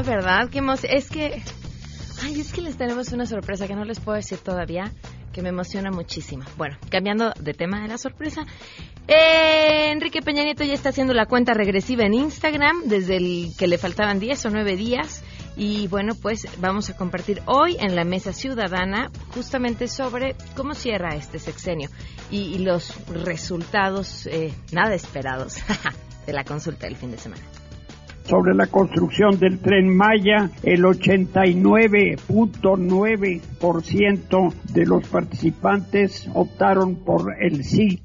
¿verdad? Es que les tenemos una sorpresa que no les puedo decir todavía, que me emociona muchísimo. Bueno, cambiando de tema de la sorpresa, Enrique Peña Nieto ya está haciendo la cuenta regresiva en Instagram desde el que le faltaban 10 o 9 días. Y bueno, pues vamos a compartir hoy en la Mesa Ciudadana justamente sobre cómo cierra este sexenio y los resultados nada esperados de la consulta del fin de semana. Sobre la construcción del Tren Maya, el 89.9% de los participantes optaron por el sí.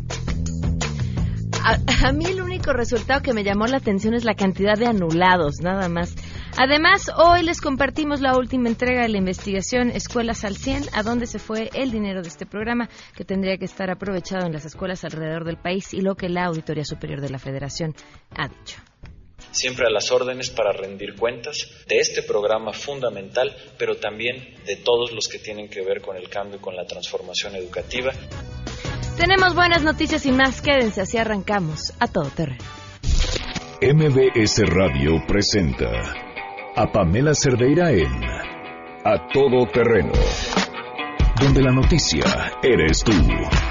A mí el único resultado que me llamó la atención es la cantidad de anulados, nada más. Además, hoy les compartimos la última entrega de la investigación Escuelas al 100, a dónde se fue el dinero de este programa, que tendría que estar aprovechado en las escuelas alrededor del país, y lo que la Auditoría Superior de la Federación ha dicho. Siempre a las órdenes para rendir cuentas de este programa fundamental, pero también de todos los que tienen que ver con el cambio y con la transformación educativa. Tenemos buenas noticias y más, quédense, así arrancamos a todo terreno. MBS Radio presenta a Pamela Cerdeira en A Todo Terreno, donde la noticia eres tú.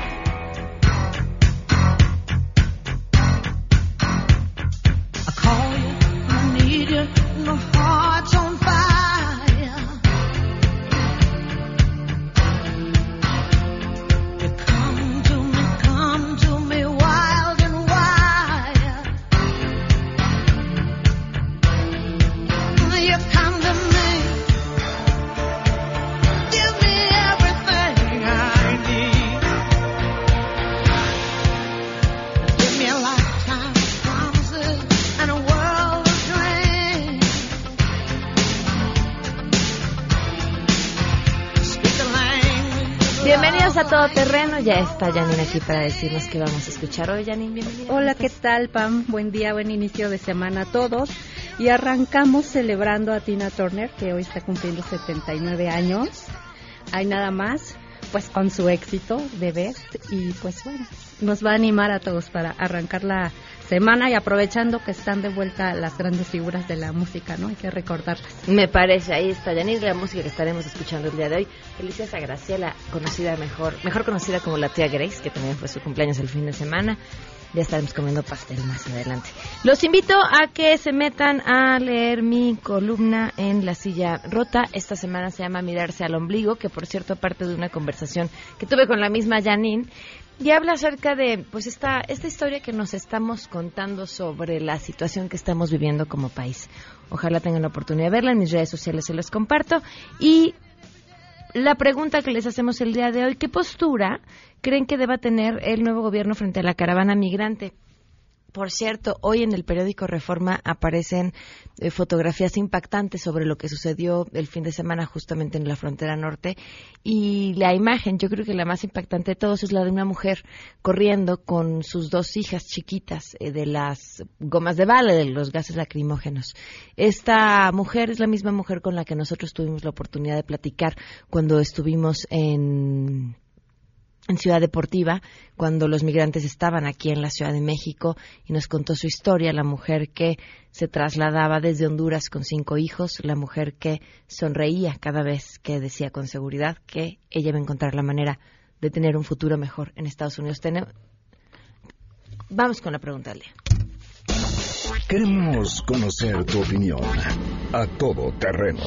Bienvenidos a Todo Terreno, ya está Janine aquí para decirnos qué vamos a escuchar hoy. Janine, bienvenida. Hola, ¿qué tal, Pam? Buen día, buen inicio de semana a todos. Y arrancamos celebrando a Tina Turner, que hoy está cumpliendo 79 años. Hay nada más, pues con su éxito de Best. Y pues bueno, nos va a animar a todos para arrancar la semana y aprovechando que están de vuelta las grandes figuras de la música, ¿no? Hay que recordarlas. Me parece, ahí está Janine, la música que estaremos escuchando el día de hoy. Felicidades a Graciela, conocida mejor conocida como la tía Grace, que también fue su cumpleaños el fin de semana. Ya estaremos comiendo pastel más adelante. Los invito a que se metan a leer mi columna en La Silla Rota. Esta semana se llama Mirarse al Ombligo, que por cierto, parte de una conversación que tuve con la misma Janine, y habla acerca de pues esta historia que nos estamos contando sobre la situación que estamos viviendo como país. Ojalá tengan la oportunidad de verla, en mis redes sociales se las comparto. Y la pregunta que les hacemos el día de hoy, ¿qué postura creen que deba tener el nuevo gobierno frente a la caravana migrante? Por cierto, hoy en el periódico Reforma aparecen fotografías impactantes sobre lo que sucedió el fin de semana justamente en la frontera norte, y la imagen, yo creo que la más impactante de todos, es la de una mujer corriendo con sus 2 hijas chiquitas de las gomas de bala, de los gases lacrimógenos. Esta mujer es la misma mujer con la que nosotros tuvimos la oportunidad de platicar cuando estuvimos en Ciudad Deportiva, cuando los migrantes estaban aquí en la Ciudad de México, y nos contó su historia, la mujer que se trasladaba desde Honduras con 5 hijos, la mujer que sonreía cada vez que decía con seguridad que ella iba a encontrar la manera de tener un futuro mejor en Estados Unidos. Vamos con la pregunta del día. Queremos conocer tu opinión. A Todo Terreno.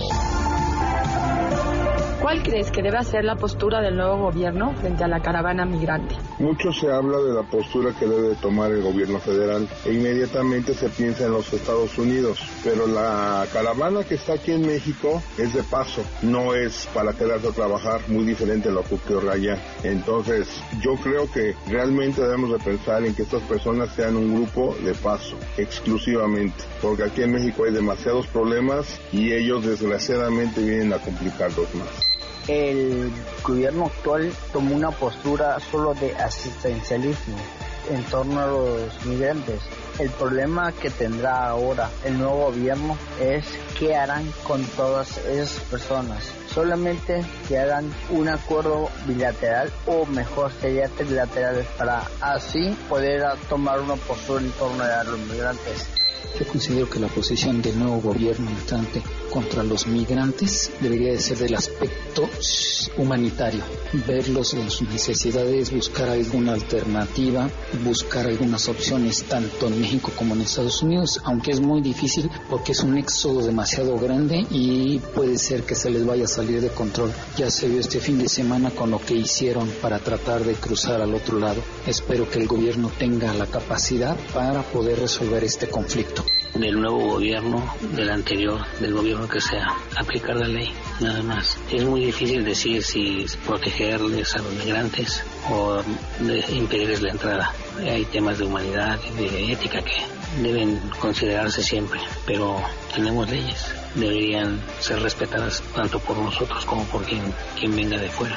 ¿Cuál crees que debe ser la postura del nuevo gobierno frente a la caravana migrante? Mucho se habla de la postura que debe tomar el gobierno federal e inmediatamente se piensa en los Estados Unidos, pero la caravana que está aquí en México es de paso, no es para quedarse a trabajar, muy diferente a lo que ocurrió allá. Entonces, yo creo que realmente debemos de pensar en que estas personas sean un grupo de paso, exclusivamente, porque aquí en México hay demasiados problemas y ellos desgraciadamente vienen a complicarlos más. El gobierno actual tomó una postura solo de asistencialismo en torno a los migrantes. El problema que tendrá ahora el nuevo gobierno es qué harán con todas esas personas. Solamente que hagan un acuerdo bilateral, o mejor sería trilateral, para así poder tomar una postura en torno a los migrantes. Yo considero que la posición del nuevo gobierno entrante contra los migrantes debería de ser del aspecto humanitario, verlos en sus necesidades, buscar alguna alternativa, buscar algunas opciones tanto en México como en Estados Unidos, aunque es muy difícil porque es un éxodo demasiado grande y puede ser que se les vaya a salir de control. Ya se vio este fin de semana con lo que hicieron para tratar de cruzar al otro lado. Espero que el gobierno tenga la capacidad para poder resolver este conflicto. Del nuevo gobierno, del anterior, del gobierno que sea, aplicar la ley, nada más. Es muy difícil decir si protegerles a los migrantes o impedirles la entrada. Hay temas de humanidad y de ética que deben considerarse siempre, pero tenemos leyes, deberían ser respetadas tanto por nosotros como por quien venga de fuera.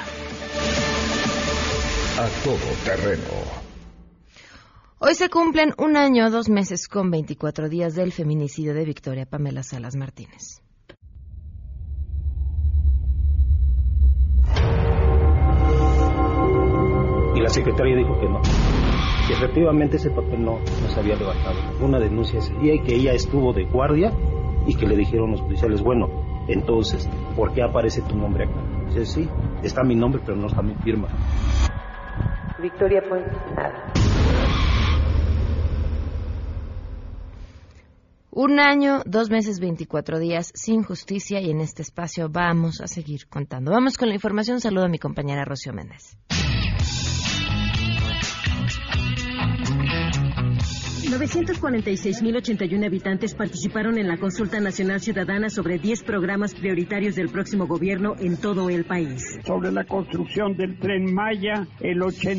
A todo terreno. Hoy se cumplen 1 año, 2 meses con 24 días del feminicidio de Victoria Pamela Salas Martínez. Y la secretaria dijo que no, que efectivamente ese papel no se había levantado. Una denuncia ese día y que ella estuvo de guardia y que le dijeron los policiales, bueno, entonces, ¿por qué aparece tu nombre acá? Dice, sí, está mi nombre, pero no está mi firma. Victoria Puente, nada. 1 año, 2 meses, 24 días sin justicia y en este espacio vamos a seguir contando. Vamos con la información. Saludo a mi compañera Rocío Méndez. 946.081 habitantes participaron en la consulta nacional ciudadana sobre 10 programas prioritarios del próximo gobierno en todo el país. Sobre la construcción del Tren Maya, el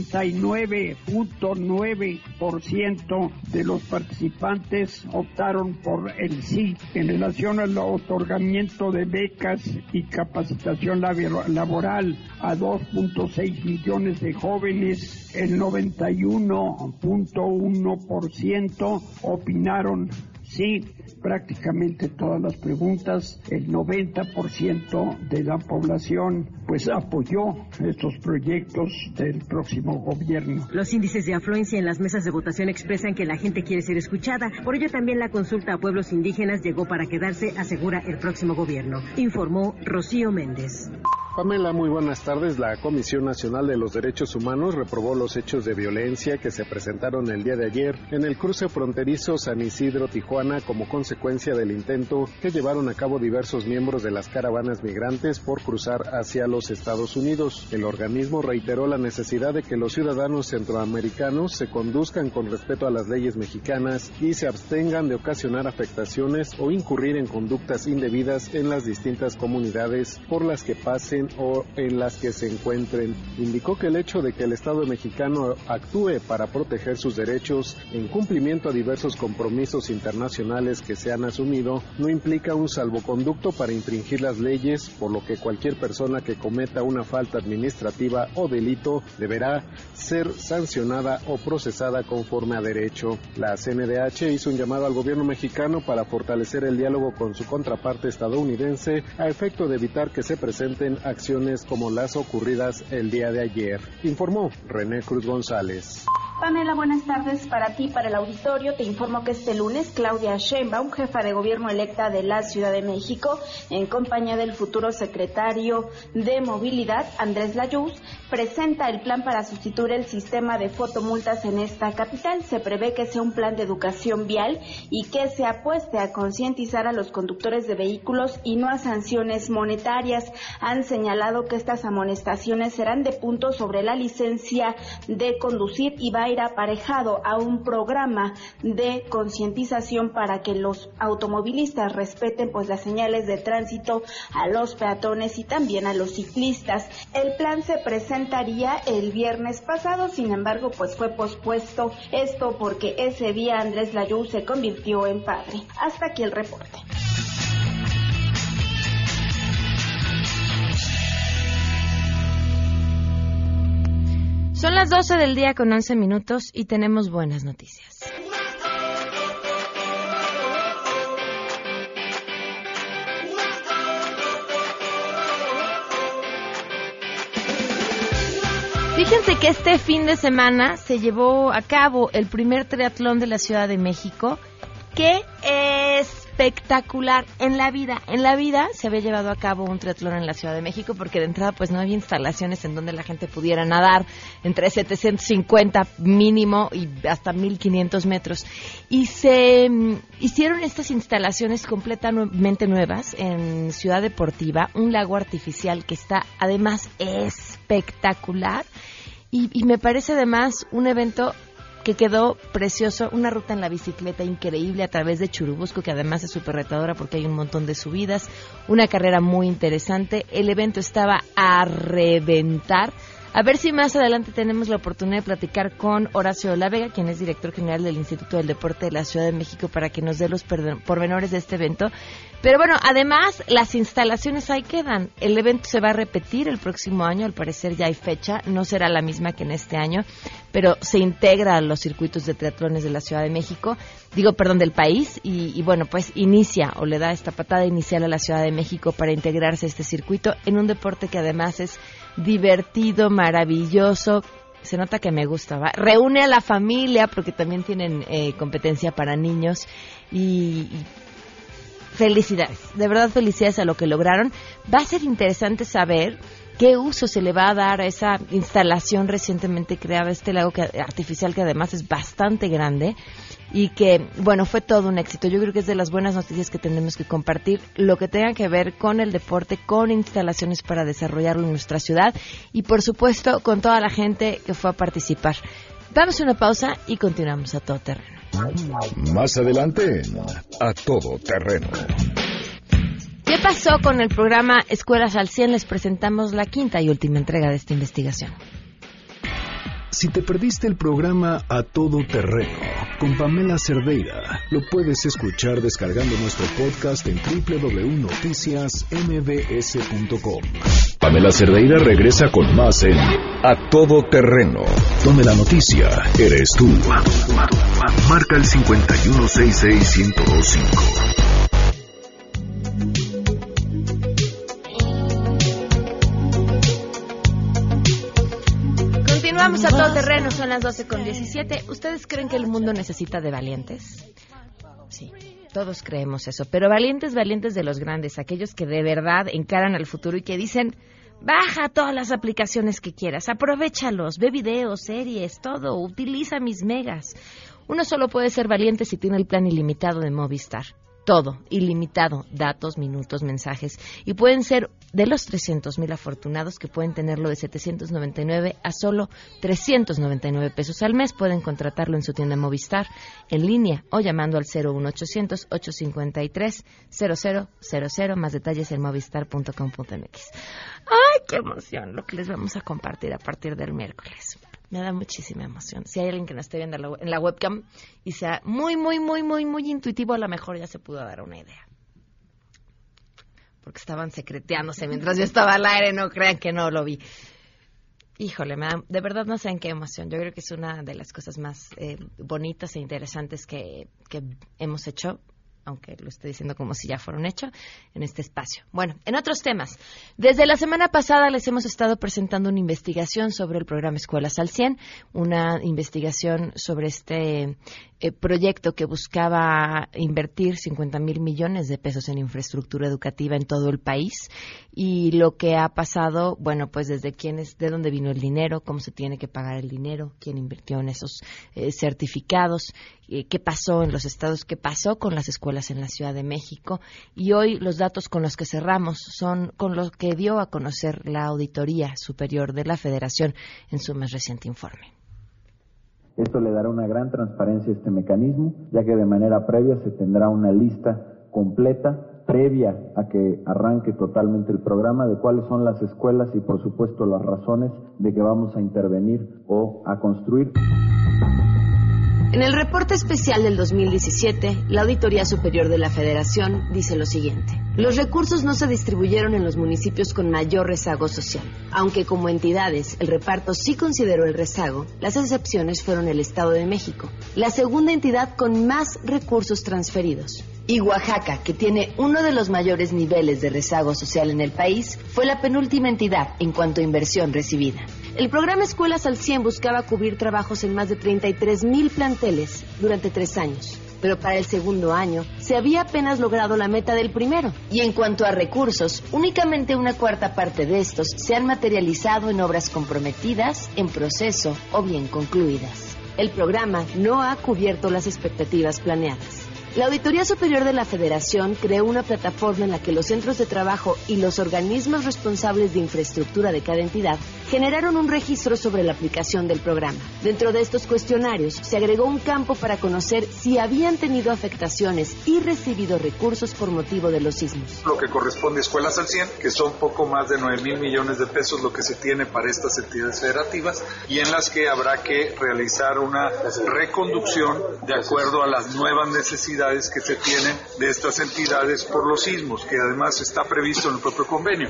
89.9% de los participantes optaron por el sí. En relación al otorgamiento de becas y capacitación laboral a 2.6 millones de jóvenes, el 91.1% opinaron sí. Prácticamente todas las preguntas, el 90% de la población pues apoyó estos proyectos del próximo gobierno. Los índices de afluencia en las mesas de votación expresan que la gente quiere ser escuchada. Por ello también la consulta a pueblos indígenas llegó para quedarse, asegura el próximo gobierno. Informó Rocío Méndez. Pamela, muy buenas tardes. La Comisión Nacional de los Derechos Humanos reprobó los hechos de violencia que se presentaron el día de ayer en el cruce fronterizo San Isidro-Tijuana como consecuencia del intento que llevaron a cabo diversos miembros de las caravanas migrantes por cruzar hacia los Estados Unidos. El organismo reiteró la necesidad de que los ciudadanos centroamericanos se conduzcan con respeto a las leyes mexicanas y se abstengan de ocasionar afectaciones o incurrir en conductas indebidas en las distintas comunidades por las que pasen o en las que se encuentren. Indicó que el hecho de que el Estado mexicano actúe para proteger sus derechos en cumplimiento a diversos compromisos internacionales que se han asumido no implica un salvoconducto para infringir las leyes, por lo que cualquier persona que cometa una falta administrativa o delito deberá ser sancionada o procesada conforme a derecho. La CNDH hizo un llamado al gobierno mexicano para fortalecer el diálogo con su contraparte estadounidense a efecto de evitar que se presenten acciones como las ocurridas el día de ayer. Informó René Cruz González. Pamela, buenas tardes para ti, para el auditorio. Te informo que este lunes Claudia Sheinbaum, jefa de gobierno electa de la Ciudad de México, en compañía del futuro secretario de Movilidad, Andrés Layuz, presenta el plan para sustituir el sistema de fotomultas en esta capital. Se prevé que sea un plan de educación vial y que se apueste a concientizar a los conductores de vehículos y no a sanciones monetarias. Han señalado que estas amonestaciones serán de puntos sobre la licencia de conducir y va a ir aparejado a un programa de concientización para que los automovilistas respeten pues las señales de tránsito, a los peatones y también a los ciclistas. El plan se presentaría el viernes pasado, sin embargo pues fue pospuesto esto porque ese día Andrés Layuz se convirtió en padre. Hasta aquí el reporte. Son las 12 del día con 11 minutos y tenemos buenas noticias. Fíjense que este fin de semana se llevó a cabo el primer triatlón de la Ciudad de México ¡Qué espectacular! En la vida se había llevado a cabo un triatlón en la Ciudad de México porque de entrada pues no había instalaciones en donde la gente pudiera nadar entre 750 mínimo y hasta 1500 metros. Y se hicieron estas instalaciones completamente nuevas en Ciudad Deportiva, un lago artificial que está además espectacular y me parece además un evento que quedó precioso, una ruta en la bicicleta increíble a través de Churubusco, que además es súper retadora porque hay un montón de subidas, una carrera muy interesante, el evento estaba a reventar. A ver si más adelante tenemos la oportunidad de platicar con Horacio de la Vega, quien es director general del Instituto del Deporte de la Ciudad de México, para que nos dé los pormenores de este evento. Pero bueno, además, las instalaciones ahí quedan. El evento se va a repetir el próximo año, al parecer ya hay fecha, no será la misma que en este año, pero se integra a los circuitos de triatlones de la Ciudad de México, del país, y bueno, pues inicia o le da esta patada inicial a la Ciudad de México para integrarse a este circuito en un deporte que además es divertido, maravilloso. Se nota que me gusta, ¿va? Reúne a la familia porque también tienen competencia para niños y felicidades, de verdad felicidades a lo que lograron. Va a ser interesante saber qué uso se le va a dar a esa instalación recientemente creada, este lago artificial que además es bastante grande y que, bueno, fue todo un éxito. Yo creo que es de las buenas noticias que tenemos que compartir, lo que tenga que ver con el deporte, con instalaciones para desarrollarlo en nuestra ciudad y, por supuesto, con toda la gente que fue a participar. Vamos a una pausa y continuamos a todo terreno. Más adelante, a todo terreno. ¿Qué pasó con el programa Escuelas al 100? Les presentamos la quinta y última entrega de esta investigación. Si te perdiste el programa A Todo Terreno con Pamela Cerdeira, lo puedes escuchar descargando nuestro podcast en www.noticiasmbs.com. Pamela Cerdeira regresa con más en A Todo Terreno, donde la noticia eres tú. Marca el 5166125. Vamos a todo terreno, son las 12:17. ¿Ustedes creen que el mundo necesita de valientes? Sí, todos creemos eso, pero valientes de los grandes, aquellos que de verdad encaran al futuro y que dicen, baja todas las aplicaciones que quieras, aprovéchalos, ve videos, series, todo, utiliza mis megas. Uno solo puede ser valiente si tiene el plan ilimitado de Movistar. Todo, ilimitado, datos, minutos, mensajes. Y pueden ser de los 300,000 afortunados que pueden tenerlo de 799 a solo 399 pesos al mes. Pueden contratarlo en su tienda Movistar, en línea o llamando al 01800-853-0000. Más detalles en movistar.com.mx. ¡Ay, qué emoción! Lo que les vamos a compartir a partir del miércoles. Me da muchísima emoción. Si hay alguien que nos esté viendo en la webcam y sea muy intuitivo, a lo mejor ya se pudo dar una idea. Porque estaban secreteándose mientras yo estaba al aire, no crean que no lo vi. Híjole, de verdad no sé en qué emoción. Yo creo que es una de las cosas más bonitas e interesantes que hemos hecho, aunque lo estoy diciendo como si ya fuera un hecho, en este espacio. Bueno, en otros temas. Desde la semana pasada les hemos estado presentando una investigación sobre el programa Escuelas al 100, una investigación sobre este proyecto que buscaba invertir 50,000 millones de pesos en infraestructura educativa en todo el país. Y lo que ha pasado, bueno, pues desde de dónde vino el dinero, cómo se tiene que pagar el dinero, quién invirtió en esos certificados, qué pasó en los estados, qué pasó con las escuelas en la Ciudad de México. Y hoy los datos con los que cerramos son con los que dio a conocer la Auditoría Superior de la Federación en su más reciente informe. Esto le dará una gran transparencia a este mecanismo, ya que de manera previa se tendrá una lista completa, previa a que arranque totalmente el programa, de cuáles son las escuelas y, por supuesto, las razones de que vamos a intervenir o a construir. En el reporte especial del 2017, la Auditoría Superior de la Federación dice lo siguiente. Los recursos no se distribuyeron en los municipios con mayor rezago social. Aunque como entidades el reparto sí consideró el rezago, las excepciones fueron el Estado de México, la segunda entidad con más recursos transferidos. Y Oaxaca, que tiene uno de los mayores niveles de rezago social en el país, fue la penúltima entidad en cuanto a inversión recibida. El programa Escuelas al 100 buscaba cubrir trabajos en más de 33,000 planteles durante 3 años. pero para el segundo año se había apenas logrado la meta del primero. Y en cuanto a recursos, únicamente una cuarta parte de estos se han materializado en obras comprometidas, en proceso o bien concluidas. El programa no ha cubierto las expectativas planeadas. La Auditoría Superior de la Federación creó una plataforma en la que los centros de trabajo y los organismos responsables de infraestructura de cada entidad generaron un registro sobre la aplicación del programa. Dentro de estos cuestionarios se agregó un campo para conocer si habían tenido afectaciones y recibido recursos por motivo de los sismos. Lo que corresponde a Escuelas al 100, que son poco más de 9,000 millones de pesos lo que se tiene para estas entidades federativas, y en las que habrá que realizar una reconducción de acuerdo a las nuevas necesidades que se tienen de estas entidades por los sismos, que además está previsto en el propio convenio.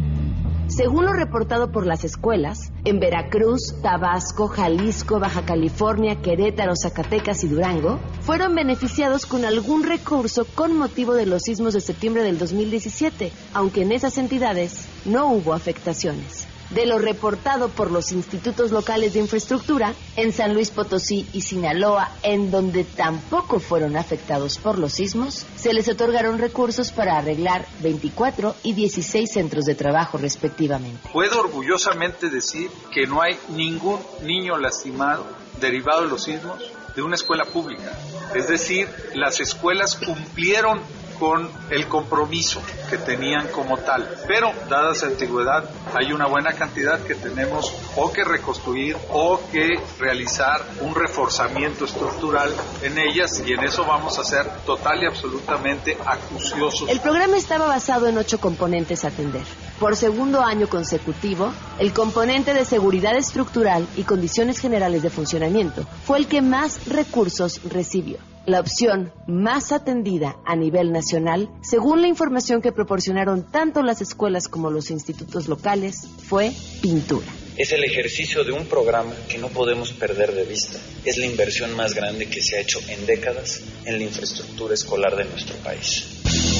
Según lo reportado por las escuelas, en Veracruz, Tabasco, Jalisco, Baja California, Querétaro, Zacatecas y Durango, fueron beneficiados con algún recurso con motivo de los sismos de septiembre del 2017, aunque en esas entidades no hubo afectaciones. De lo reportado por los institutos locales de infraestructura, en San Luis Potosí y Sinaloa, en donde tampoco fueron afectados por los sismos, se les otorgaron recursos para arreglar 24 y 16 centros de trabajo respectivamente. Puedo orgullosamente decir que no hay ningún niño lastimado derivado de los sismos de una escuela pública. Es decir, las escuelas cumplieron con el compromiso que tenían como tal. Pero, dada su antigüedad, hay una buena cantidad que tenemos o que reconstruir o que realizar un reforzamiento estructural en ellas, y en eso vamos a ser total y absolutamente acuciosos. El programa estaba basado en 8 componentes a atender. Por segundo año consecutivo, el componente de seguridad estructural y condiciones generales de funcionamiento fue el que más recursos recibió. La opción más atendida a nivel nacional, según la información que proporcionaron tanto las escuelas como los institutos locales, fue pintura. Es el ejercicio de un programa que no podemos perder de vista. Es la inversión más grande que se ha hecho en décadas en la infraestructura escolar de nuestro país.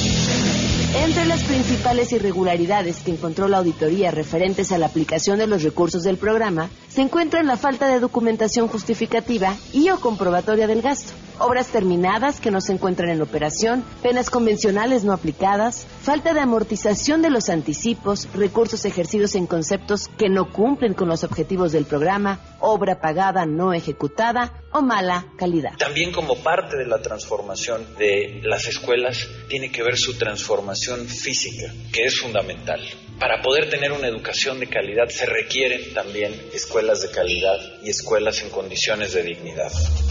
Entre las principales irregularidades que encontró la auditoría referentes a la aplicación de los recursos del programa, se encuentran la falta de documentación justificativa y o comprobatoria del gasto, obras terminadas que no se encuentran en operación, penas convencionales no aplicadas, falta de amortización de los anticipos, recursos ejercidos en conceptos que no cumplen con los objetivos del programa, obra pagada no ejecutada o mala calidad. También como parte de la transformación de las escuelas tiene que ver su transformación física, que es fundamental. Para poder tener una educación de calidad se requieren también escuelas de calidad y escuelas en condiciones de dignidad.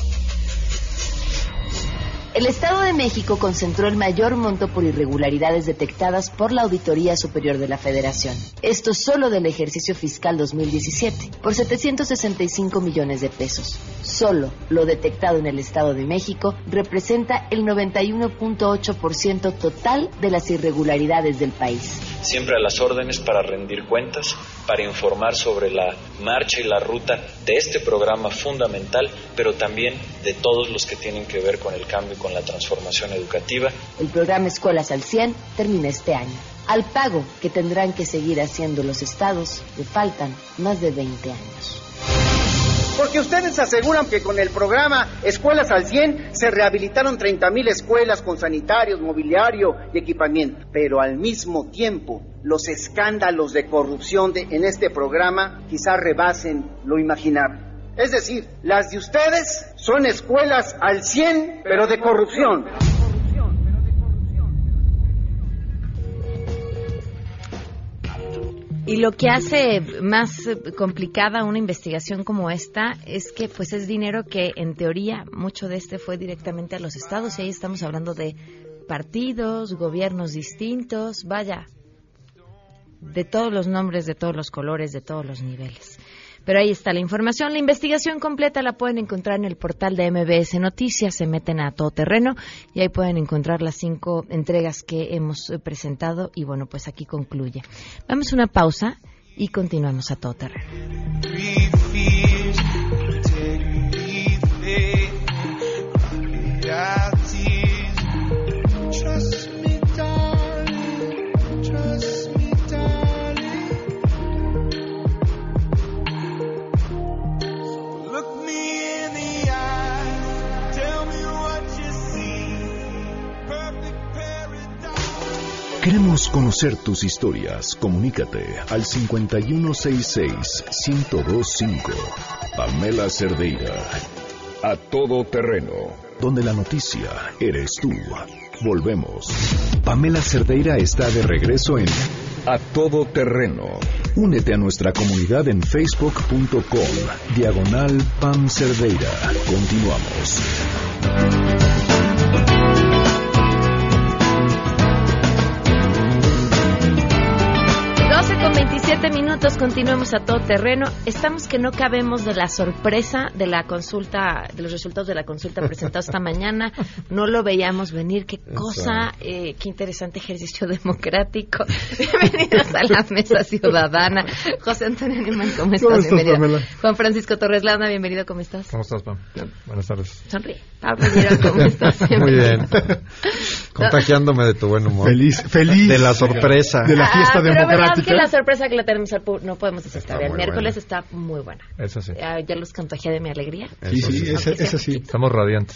El Estado de México concentró el mayor monto por irregularidades detectadas por la Auditoría Superior de la Federación. Esto solo del ejercicio fiscal 2017, por 765 millones de pesos. Solo lo detectado en el Estado de México representa el 91.8% total de las irregularidades del país. Siempre a las órdenes para rendir cuentas, para informar sobre la marcha y la ruta de este programa fundamental, pero también de todos los que tienen que ver con el cambio y con la transformación educativa. El programa Escuelas al 100 termina este año. Al pago que tendrán que seguir haciendo los estados, le faltan más de 20 años. Porque ustedes aseguran que con el programa Escuelas al 100 se rehabilitaron 30,000 escuelas con sanitarios, mobiliario y equipamiento. Pero al mismo tiempo, los escándalos de corrupción en este programa quizás rebasen lo imaginable. Es decir, las de ustedes son escuelas al 100, pero de corrupción. Y lo que hace más complicada una investigación como esta es que pues es dinero que en teoría mucho de este fue directamente a los estados, y ahí estamos hablando de partidos, gobiernos distintos, vaya, de todos los nombres, de todos los colores, de todos los niveles. Pero ahí está la información. La investigación completa la pueden encontrar en el portal de MBS Noticias. Se meten a Todo Terreno y ahí pueden encontrar las 5 entregas que hemos presentado. Y bueno, pues aquí concluye. Vamos a una pausa y continuamos a Todo Terreno. Queremos conocer tus historias. Comunícate al 5166-1025. Pamela Cerdeira. A todo terreno, donde la noticia eres tú. Volvemos. Pamela Cerdeira está de regreso en A Todo Terreno. Únete a nuestra comunidad en facebook.com/Pam Cerdeira. Continuamos. 12:27 minutos, continuemos a todo terreno. Estamos que no cabemos de la sorpresa de la consulta, de los resultados de la consulta presentados esta mañana. No lo veíamos venir. Qué cosa, qué interesante ejercicio democrático. Bienvenidos a la Mesa Ciudadana. José Antonio Neumann, ¿cómo estás? Bienvenido. Pamela? Juan Francisco Torres Lana, bienvenido, ¿cómo estás? ¿Cómo estás, Pam? Bien. Buenas tardes. Sonríe. Pablo Llera, ¿cómo estás? Muy bien. Contagiándome de tu buen humor. Feliz. De la sorpresa. De la fiesta democrática. Que la sorpresa que la tenemos al público no podemos desestar. El miércoles está muy buena. Eso sí. Ya los contagié de mi alegría. Sí, es así. Estamos radiantes.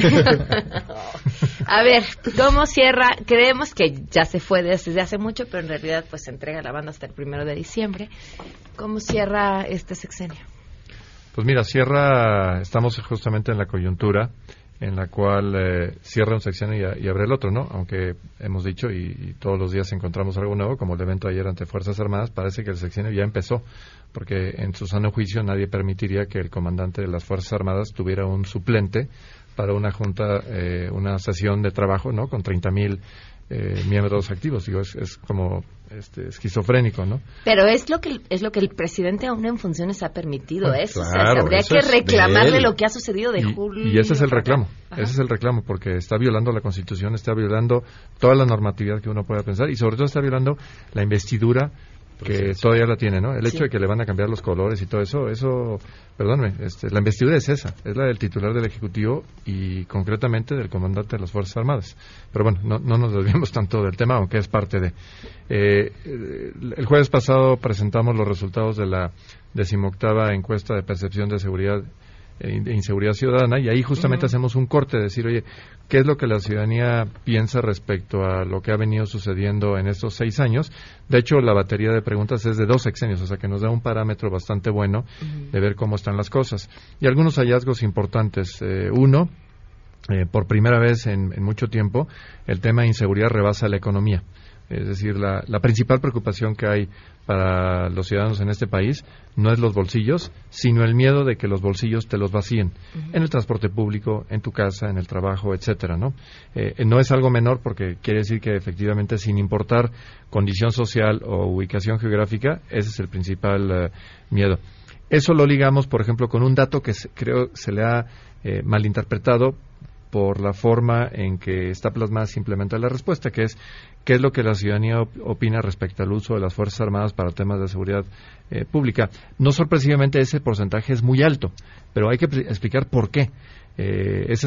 A ver, ¿cómo cierra? Creemos que ya se fue desde hace mucho, pero en realidad pues se entrega la banda hasta el 1 de diciembre. ¿Cómo cierra este sexenio? Pues mira, estamos justamente en la coyuntura en la cual cierra un sexenio y abre el otro, ¿no? Aunque hemos dicho y todos los días encontramos algo nuevo, como el evento ayer ante Fuerzas Armadas, parece que el sexenio ya empezó, porque en su sano juicio nadie permitiría que el comandante de las Fuerzas Armadas tuviera un suplente para una junta, una sesión de trabajo, ¿no? Con 30,000 miembros activos. Digo, es como esquizofrénico, ¿no? Pero es lo que el presidente aún en funciones ha permitido. Eso, claro, habría que reclamarle lo que ha sucedido de julio. Y ese es el reclamo. Ajá. Ese es el reclamo, porque está violando la Constitución, está violando toda la normatividad que uno pueda pensar y sobre todo está violando la investidura que todavía la tiene, ¿no? El hecho de que le van a cambiar los colores y todo eso, perdóname, la investidura es esa, es la del titular del Ejecutivo y concretamente del comandante de las Fuerzas Armadas. Pero bueno, no nos desviemos tanto del tema, aunque es parte de... el jueves pasado presentamos los resultados de la 18ª encuesta de percepción de seguridad de inseguridad ciudadana y ahí justamente hacemos un corte de decir, oye, ¿qué es lo que la ciudadanía piensa respecto a lo que ha venido sucediendo en estos 6 años? De hecho, la batería de preguntas es de 2 sexenios, o sea que nos da un parámetro bastante bueno de ver cómo están las cosas. Y algunos hallazgos importantes. Uno, por primera vez en mucho tiempo, el tema de inseguridad rebasa la economía. Es decir, la principal preocupación que hay para los ciudadanos en este país no es los bolsillos, sino el miedo de que los bolsillos te los vacíen en el transporte público, en tu casa, en el trabajo, etcétera, ¿no? No es algo menor porque quiere decir que efectivamente, sin importar condición social o ubicación geográfica, ese es el principal miedo. Eso lo ligamos, por ejemplo, con un dato que creo se le ha malinterpretado por la forma en que está plasmada simplemente la respuesta, que es qué es lo que la ciudadanía opina respecto al uso de las Fuerzas Armadas para temas de seguridad pública. No sorpresivamente ese porcentaje es muy alto, pero hay que explicar por qué. Ese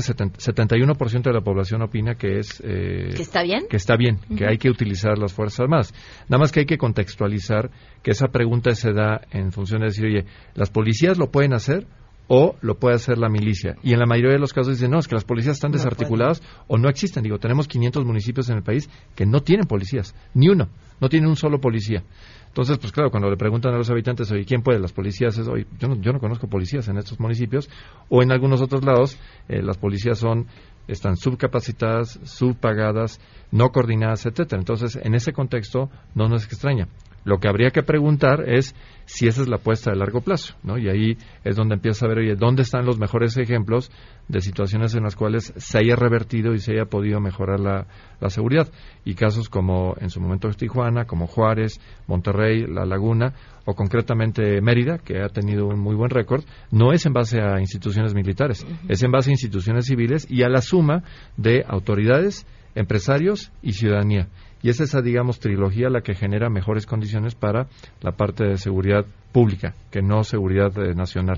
71% de la población opina que es... ¿Que está bien? Que está bien, que hay que utilizar las Fuerzas Armadas. Nada más que hay que contextualizar que esa pregunta se da en función de decir, oye, ¿las policías lo pueden hacer o lo puede hacer la milicia? Y en la mayoría de los casos dicen, no, es que las policías están desarticuladas o no existen. Digo, tenemos 500 municipios en el país que no tienen policías, ni uno, no tienen un solo policía. Entonces, pues claro, cuando le preguntan a los habitantes, oye, ¿quién puede? Las policías, yo no conozco policías en estos municipios, o en algunos otros lados, las policías están subcapacitadas, subpagadas, no coordinadas, etcétera. Entonces, en ese contexto, no nos extraña. Lo que habría que preguntar es si esa es la apuesta de largo plazo, ¿no? Y ahí es donde empieza a ver, oye, ¿dónde están los mejores ejemplos de situaciones en las cuales se haya revertido y se haya podido mejorar la seguridad? Y casos como en su momento Tijuana, como Juárez, Monterrey, La Laguna, o concretamente Mérida, que ha tenido un muy buen récord, no es en base a instituciones militares, es en base a instituciones civiles y a la suma de autoridades, empresarios y ciudadanía. Y es esa, digamos, trilogía la que genera mejores condiciones para la parte de seguridad pública, que no seguridad nacional.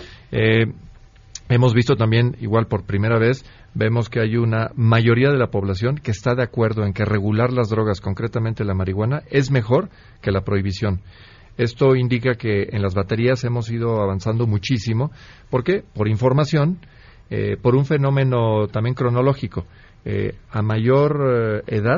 Hemos visto también, igual por primera vez, vemos que hay una mayoría de la población que está de acuerdo en que regular las drogas, concretamente la marihuana, es mejor que la prohibición. Esto indica que en las baterías hemos ido avanzando muchísimo. ¿Por qué? Por información, por un fenómeno también cronológico. A mayor edad,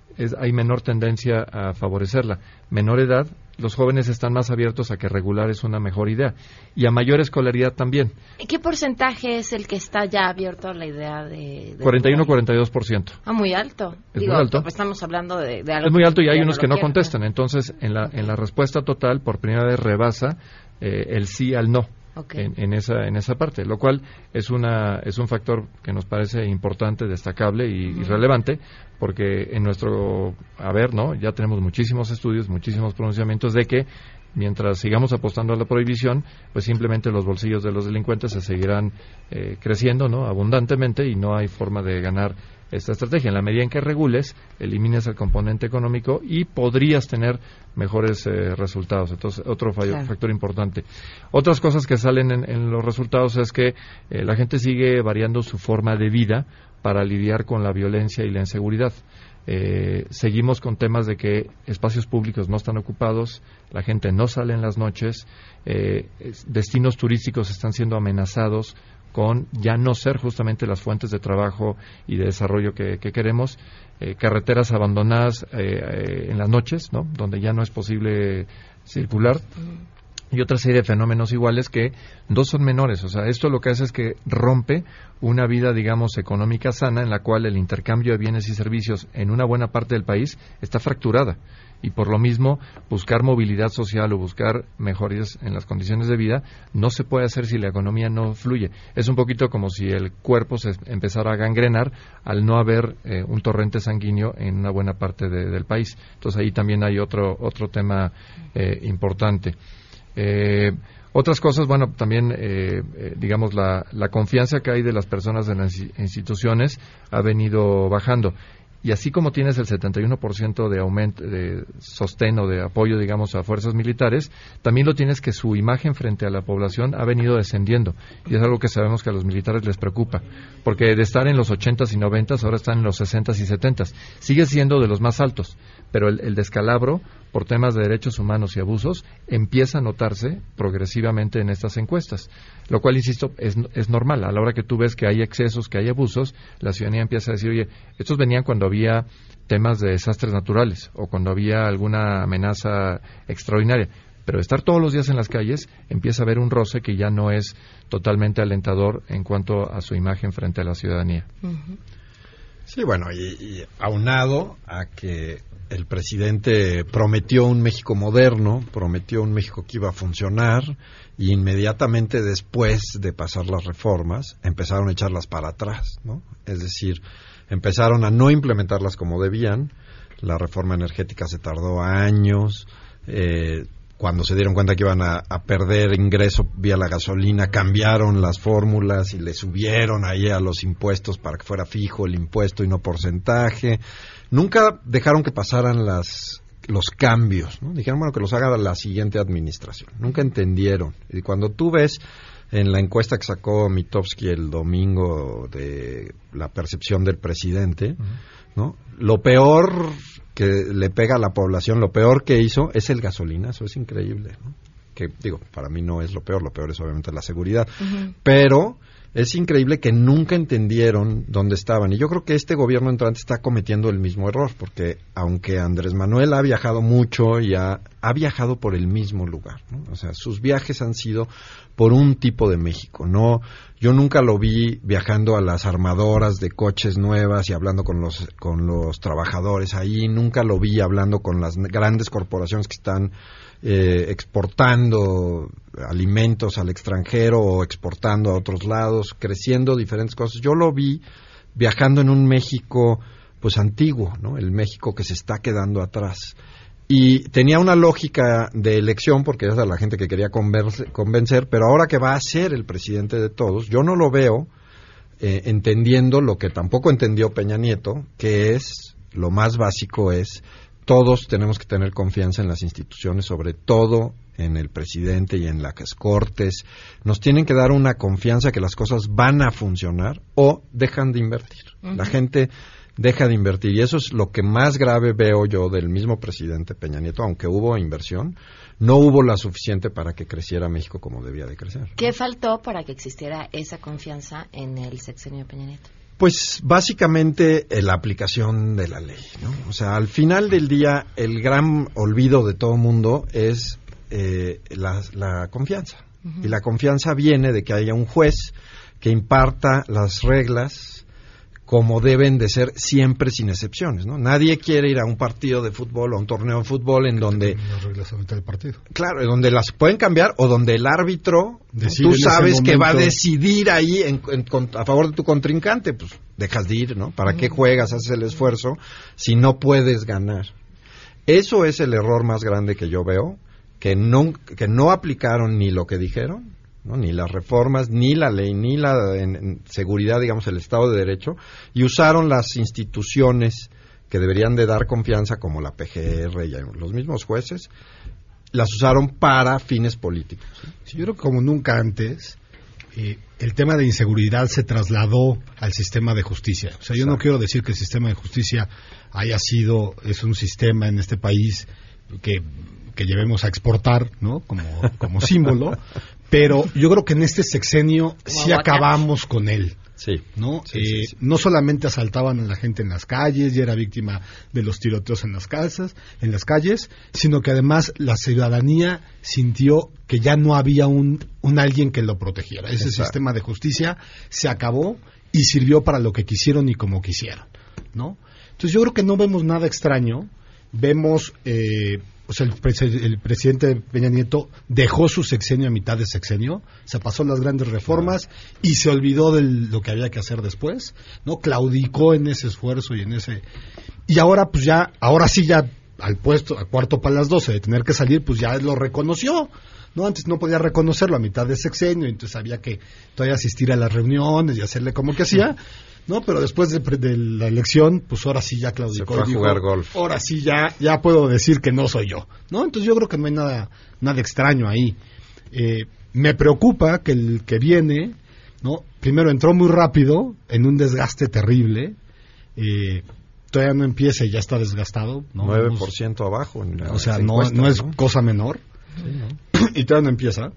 hay menor tendencia a favorecerla. Menor edad, los jóvenes están más abiertos a que regular es una mejor idea. Y a mayor escolaridad también. ¿Qué porcentaje es el que está ya abierto a la idea de 41-42%. Muy alto. Es muy alto. Pues estamos hablando de algo. Es muy alto y hay unos que no contestan. Entonces, en la respuesta total, por primera vez rebasa el sí al no. Okay. En esa parte, lo cual es un factor que nos parece importante, destacable y relevante, porque en nuestro haber, ¿no? Ya tenemos muchísimos estudios, muchísimos pronunciamientos de que mientras sigamos apostando a la prohibición, pues simplemente los bolsillos de los delincuentes se seguirán creciendo, ¿no? Abundantemente, y no hay forma de ganar esta estrategia. En la medida en que regules, elimines el componente económico y podrías tener mejores resultados. Entonces, otro factor importante. Otras cosas que salen en los resultados es que la gente sigue variando su forma de vida para lidiar con la violencia y la inseguridad. Seguimos con temas de que espacios públicos no están ocupados, la gente no sale en las noches, destinos turísticos están siendo amenazados con ya no ser justamente las fuentes de trabajo y de desarrollo que queremos, carreteras abandonadas en las noches, ¿no? Donde ya no es posible circular, y otra serie de fenómenos iguales que no son menores. O sea, esto lo que hace es que rompe una vida, digamos, económica sana, en la cual el intercambio de bienes y servicios en una buena parte del país está fracturada. Y por lo mismo, buscar movilidad social o buscar mejorías en las condiciones de vida no se puede hacer si la economía no fluye. Es un poquito como si el cuerpo se empezara a gangrenar al no haber un torrente sanguíneo en una buena parte del país. Entonces ahí también hay otro tema importante. Otras cosas, bueno, también, digamos, la confianza que hay de las personas en las instituciones ha venido bajando. Y así como tienes el 71% de aumento, de sostén o de apoyo, digamos, a fuerzas militares, también lo tienes que su imagen frente a la población ha venido descendiendo. Y es algo que sabemos que a los militares les preocupa. Porque de estar en los 80s y 90s, ahora están en los 60s y 70s. Sigue siendo de los más altos, pero el descalabro por temas de derechos humanos y abusos empieza a notarse progresivamente en estas encuestas. Lo cual, insisto, es normal. A la hora que tú ves que hay excesos, que hay abusos, la ciudadanía empieza a decir, oye, estos venían cuando había temas de desastres naturales o cuando había alguna amenaza extraordinaria. Pero estar todos los días en las calles empieza a haber un roce que ya no es totalmente alentador en cuanto a su imagen frente a la ciudadanía. Uh-huh. Sí, bueno, y aunado a que el presidente prometió un México moderno, prometió un México que iba a funcionar, y inmediatamente después de pasar las reformas empezaron a echarlas para atrás, ¿no? Es decir, empezaron a no implementarlas como debían. La reforma energética se tardó años. Cuando se dieron cuenta que iban a perder ingreso vía la gasolina, cambiaron las fórmulas y le subieron ahí a los impuestos para que fuera fijo el impuesto y no porcentaje. Nunca dejaron que pasaran los cambios, ¿no? Dijeron, bueno, que los haga la siguiente administración. Nunca entendieron. Y cuando tú ves en la encuesta que sacó Mitofsky el domingo de la percepción del presidente, ¿no? Lo peor que le pega a la población, lo peor que hizo es el gasolinazo, es increíble, ¿no? Que, digo, para mí no es lo peor es obviamente la seguridad, pero es increíble que nunca entendieron dónde estaban. Y yo creo que este gobierno entrante está cometiendo el mismo error, porque aunque Andrés Manuel ha viajado mucho y ha viajado por el mismo lugar, ¿no? O sea, sus viajes han sido por un tipo de México, ¿no? Yo nunca lo vi viajando a las armadoras de coches nuevas y hablando con los trabajadores ahí, nunca lo vi hablando con las grandes corporaciones que están exportando alimentos al extranjero o exportando a otros lados, creciendo diferentes cosas. Yo lo vi viajando en un México pues antiguo, ¿no? El México que se está quedando atrás. Y tenía una lógica de elección porque era la gente que quería convencer, pero ahora que va a ser el presidente de todos, yo no lo veo entendiendo lo que tampoco entendió Peña Nieto, que es, lo más básico es, todos tenemos que tener confianza en las instituciones, sobre todo en el presidente y en las cortes. Nos tienen que dar una confianza que las cosas van a funcionar o dejan de invertir. Uh-huh. La gente deja de invertir y eso es lo que más grave veo yo del mismo presidente Peña Nieto. Aunque hubo inversión, no hubo la suficiente para que creciera México como debía de crecer. ¿Qué faltó para que existiera esa confianza en el sexenio de Peña Nieto? Pues básicamente la aplicación de la ley, ¿no? O sea, al final del día el gran olvido de todo mundo es la confianza. Uh-huh. Y la confianza viene de que haya un juez que imparta las reglas como deben de ser siempre sin excepciones, ¿no? Nadie quiere ir a un partido de fútbol o a un torneo de fútbol en donde las reglas del partido. Claro, donde las pueden cambiar o donde el árbitro tú sabes que va a decidir ahí a favor de tu contrincante, pues dejas de ir, ¿no? ¿Para qué juegas, haces el esfuerzo si no puedes ganar? Eso es el error más grande que yo veo, que no aplicaron ni lo que dijeron, ¿no? Ni las reformas, ni la ley, ni la en seguridad, digamos, el Estado de Derecho, y usaron las instituciones que deberían de dar confianza, como la PGR y los mismos jueces, las usaron para fines políticos. Sí, yo creo que como nunca antes, el tema de inseguridad se trasladó al sistema de justicia. O sea, yo no quiero decir que el sistema de justicia es un sistema en este país que llevemos a exportar, ¿no? Como símbolo, pero yo creo que en este sexenio sí acabamos con él. Sí. ¿No? Sí. No solamente asaltaban a la gente en las calles y era víctima de los tiroteos en las calles, sino que además la ciudadanía sintió que ya no había un alguien que lo protegiera. Ese sistema de justicia se acabó y sirvió para lo que quisieron y como quisieron, ¿no? Entonces yo creo que no vemos nada extraño. Vemos el presidente Peña Nieto dejó su sexenio a mitad de sexenio, se pasó las grandes reformas y se olvidó de lo que había que hacer después, ¿no? Claudicó en ese esfuerzo y ahora sí ya al puesto, a cuarto para las 12 de tener que salir, pues ya lo reconoció, ¿no? Antes no podía reconocerlo a mitad de sexenio, entonces había que todavía asistir a las reuniones y hacerle como que hacía. No, pero después de la elección, pues ahora sí ya claudicó. Se fue a jugar golf. Ahora sí ya puedo decir que no soy yo, ¿no? Entonces yo creo que no hay nada extraño ahí. Me preocupa que el que viene, ¿no? Primero entró muy rápido, en un desgaste terrible. Todavía no empieza y ya está desgastado, ¿no? 9% abajo. O sea, no es cosa menor. Sí, ¿no? Y todavía no empieza.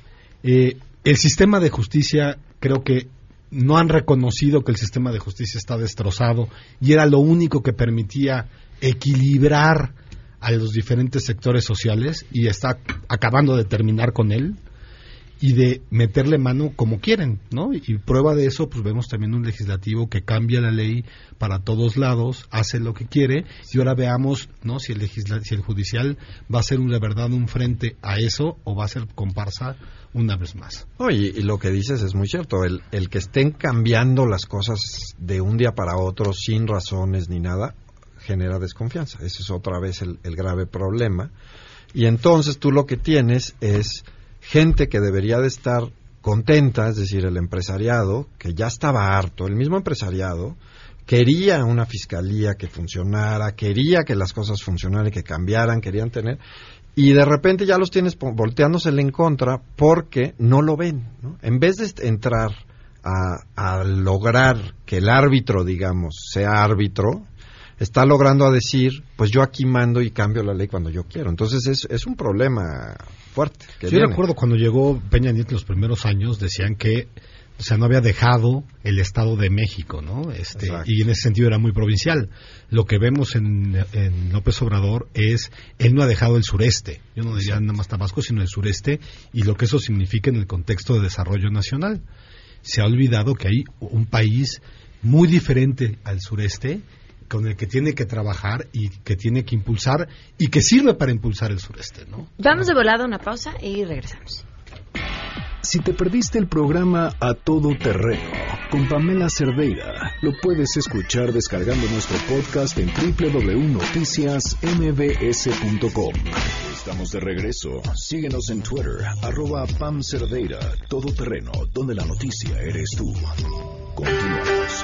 El sistema de justicia, creo que no han reconocido que el sistema de justicia está destrozado y era lo único que permitía equilibrar a los diferentes sectores sociales y está acabando de terminar con él y de meterle mano como quieren, ¿no? Y prueba de eso, pues vemos también un legislativo que cambia la ley para todos lados, hace lo que quiere y ahora veamos, ¿no? Si el judicial va a ser de verdad un frente a eso o va a ser comparsa una vez más. Y lo que dices es muy cierto, el que estén cambiando las cosas de un día para otro sin razones ni nada genera desconfianza. Ese es otra vez el grave problema. Y entonces tú lo que tienes es gente que debería de estar contenta, es decir, el empresariado, que ya estaba harto, el mismo empresariado quería una fiscalía que funcionara, quería que las cosas funcionaran y que cambiaran, querían tener, y de repente ya los tienes volteándosele en contra porque no lo ven, ¿no? En vez de entrar a lograr que el árbitro, digamos, sea árbitro, está logrando a decir, pues yo aquí mando y cambio la ley cuando yo quiero. Entonces es un problema fuerte. Yo recuerdo cuando llegó Peña Nieto los primeros años, decían que no había dejado el Estado de México, ¿no? Y en ese sentido era muy provincial. Lo que vemos en López Obrador es, él no ha dejado el sureste. Yo no diría nada más Tabasco, sino el sureste, y lo que eso significa en el contexto de desarrollo nacional. Se ha olvidado que hay un país muy diferente al sureste, con el que tiene que trabajar y que tiene que impulsar y que sirve para impulsar el sureste, ¿no? Vamos de volada a una pausa y regresamos. Si te perdiste el programa A Todo Terreno con Pamela Cerdeira, lo puedes escuchar descargando nuestro podcast en www.noticiasmbs.com. Estamos de regreso. Síguenos en Twitter, @PamCerdeira, Todo Terreno, donde la noticia eres tú. Continuamos.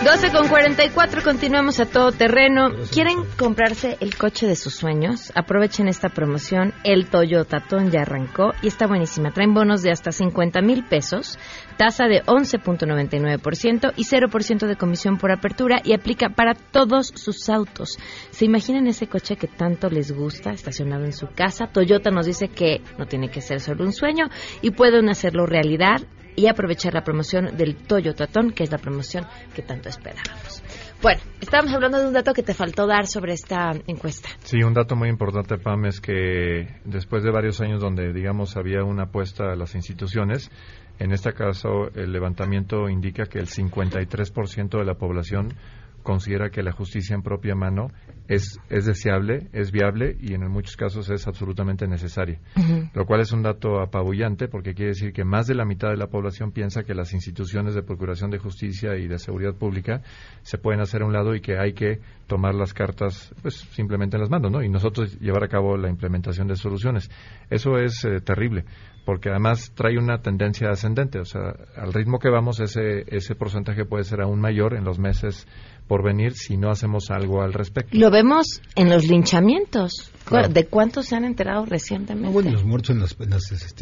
12:44, continuamos a todo terreno. ¿Quieren comprarse el coche de sus sueños? Aprovechen esta promoción. El Toyotatón ya arrancó y está buenísima. Traen bonos de hasta 50,000 pesos, tasa de 11.99% y 0% de comisión por apertura, y aplica para todos sus autos. ¿Se imaginan ese coche que tanto les gusta estacionado en su casa? Toyota nos dice que no tiene que ser solo un sueño y pueden hacerlo realidad y aprovechar la promoción del Toyotatón, que es la promoción que tanto esperábamos. Bueno, estábamos hablando de un dato que te faltó dar sobre esta encuesta. Sí, un dato muy importante, Pam, es que después de varios años donde, digamos, había una apuesta a las instituciones, en este caso el levantamiento indica que el 53% de la población considera que la justicia en propia mano es deseable, es viable y en muchos casos es absolutamente necesaria. Uh-huh. Lo cual es un dato apabullante porque quiere decir que más de la mitad de la población piensa que las instituciones de procuración de justicia y de seguridad pública se pueden hacer a un lado y que hay que tomar las cartas pues simplemente en las manos, ¿no? Y nosotros llevar a cabo la implementación de soluciones. Eso es terrible, porque además trae una tendencia ascendente, o sea, al ritmo que vamos ese porcentaje puede ser aún mayor en los meses por venir si no hacemos algo al respecto. Lo vemos en los linchamientos. Claro. ¿De cuántos se han enterado recientemente? No, bueno, los muertos en las ¿cómo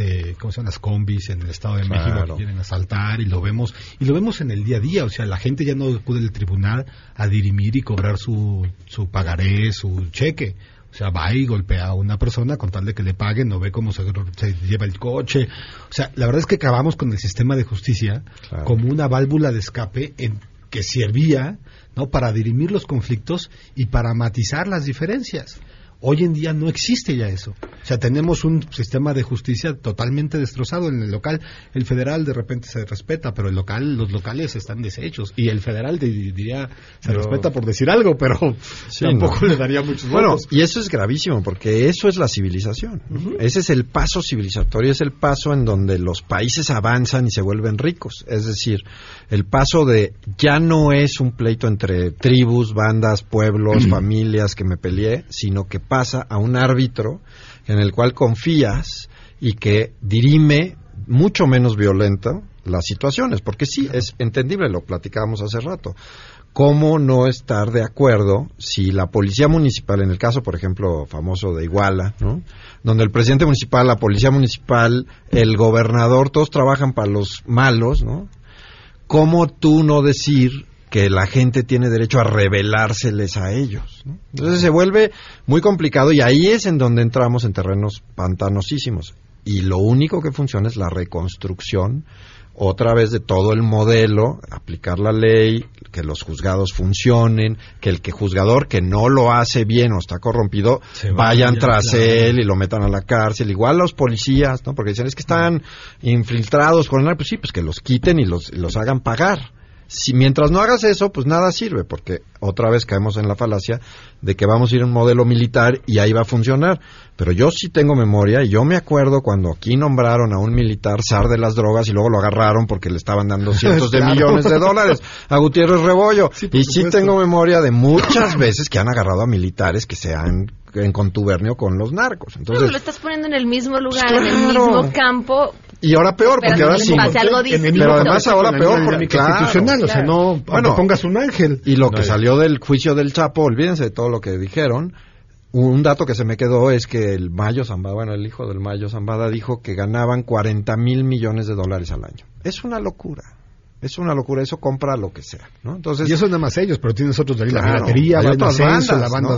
se llaman? Las combis en el Estado de México que quieren asaltar, y lo vemos en el día a día. O sea, la gente ya no acude al tribunal a dirimir y cobrar su pagaré, su cheque. O sea, va y golpea a una persona con tal de que le paguen, no ve cómo se lleva el coche. O sea, la verdad es que acabamos con el sistema de justicia como una válvula de escape que servía, ¿no?, para dirimir los conflictos y para matizar las diferencias. Hoy en día no existe ya eso. O sea, tenemos un sistema de justicia totalmente destrozado. En el local, el federal de repente se respeta, pero los locales están deshechos. Y el federal diría, respeta por decir algo, pero sí, tampoco le daría muchos votos. Y eso es gravísimo, porque eso es la civilización. Uh-huh. Ese es el paso civilizatorio, es el paso en donde los países avanzan y se vuelven ricos. Es decir, el paso de ya no es un pleito entre tribus, bandas, pueblos, familias que me peleé, sino que pasa a un árbitro en el cual confías y que dirime mucho menos violento las situaciones, porque sí, es entendible, lo platicábamos hace rato. ¿Cómo no estar de acuerdo si la policía municipal, en el caso, por ejemplo, famoso de Iguala, ¿no?, donde el presidente municipal, la policía municipal, el gobernador, todos trabajan para los malos, ¿no? ¿Cómo tú no decir que la gente tiene derecho a rebelárseles a ellos, ¿no? Entonces se vuelve muy complicado y ahí es en donde entramos en terrenos pantanosísimos. Y lo único que funciona es la reconstrucción otra vez de todo el modelo, aplicar la ley, que los juzgados funcionen, que el juzgador que no lo hace bien o está corrompido, vayan tras él y lo metan a la cárcel. Igual los policías, ¿no? Porque dicen, es que están infiltrados con el... Pues sí, pues que los quiten y los hagan pagar. Si mientras no hagas eso, pues nada sirve, porque otra vez caemos en la falacia de que vamos a ir a un modelo militar y ahí va a funcionar. Pero yo sí tengo memoria y yo me acuerdo cuando aquí nombraron a un militar zar de las drogas y luego lo agarraron porque le estaban dando cientos de millones de dólares a Gutiérrez Rebollo. Sí, y sí tengo memoria de muchas veces que han agarrado a militares que se han en contubernio con los narcos. Entonces, lo estás poniendo en el mismo lugar, en el mismo campo. Y ahora peor, porque ahora sí. Pero además ahora peor, porque constitucional, o sea, no pongas un ángel. Y lo que salió del juicio del Chapo, olvídense de todo lo que dijeron. Un dato que se me quedó es que el Mayo Zambada, el hijo del Mayo Zambada, dijo que ganaban 40,000 millones de dólares al año. Es una locura. Es una locura, eso compra lo que sea, ¿no? Entonces, y eso nada más ellos, pero tienes otros de ahí, la piratería va en ascenso,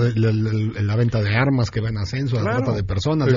la venta de armas que va en ascenso, la trata de personas,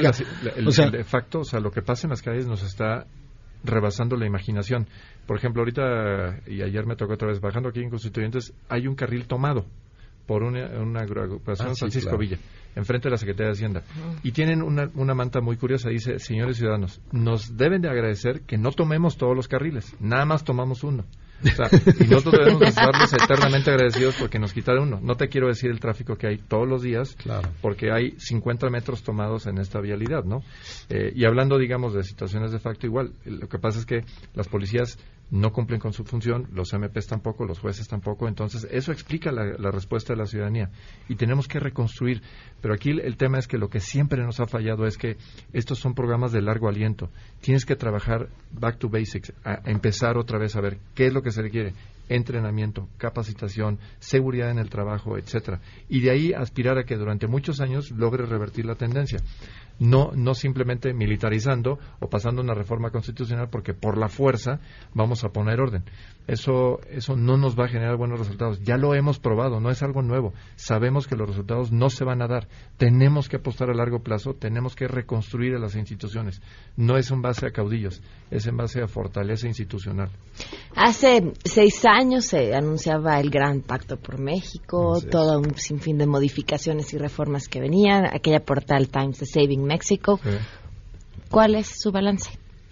el de facto, o sea, lo que pasa en las calles nos está rebasando la imaginación. Por ejemplo, ahorita, y ayer me tocó otra vez, bajando aquí en Constituyentes, hay un carril tomado por una agrupación Francisco Villa, enfrente de la Secretaría de Hacienda. Y tienen una manta muy curiosa, dice, señores ciudadanos, nos deben de agradecer que no tomemos todos los carriles, nada más tomamos uno. O sea, y nosotros debemos estarles eternamente agradecidos porque nos quitaron uno. No te quiero decir el tráfico que hay todos los días, porque hay 50 metros tomados en esta vialidad, ¿no? Y hablando, digamos, de situaciones de facto, igual, lo que pasa es que las policías no cumplen con su función, los MPs tampoco, los jueces tampoco, entonces eso explica la respuesta de la ciudadanía y tenemos que reconstruir, pero aquí el tema es que lo que siempre nos ha fallado es que estos son programas de largo aliento, tienes que trabajar back to basics, a empezar otra vez a ver qué es lo que se requiere entrenamiento, capacitación, seguridad en el trabajo, etcétera. Y de ahí aspirar a que durante muchos años logre revertir la tendencia. No simplemente militarizando o pasando una reforma constitucional porque por la fuerza vamos a poner orden. Eso no nos va a generar buenos resultados. Ya lo hemos probado, no es algo nuevo. Sabemos que los resultados no se van a dar. Tenemos que apostar a largo plazo, tenemos que reconstruir a las instituciones. No es en base a caudillos, es en base a fortaleza institucional. Hace 6 años se anunciaba el Gran Pacto por México, todo un sinfín de modificaciones y reformas que venían, aquella portal Times de Saving Mexico. Sí. ¿Cuál es su balance?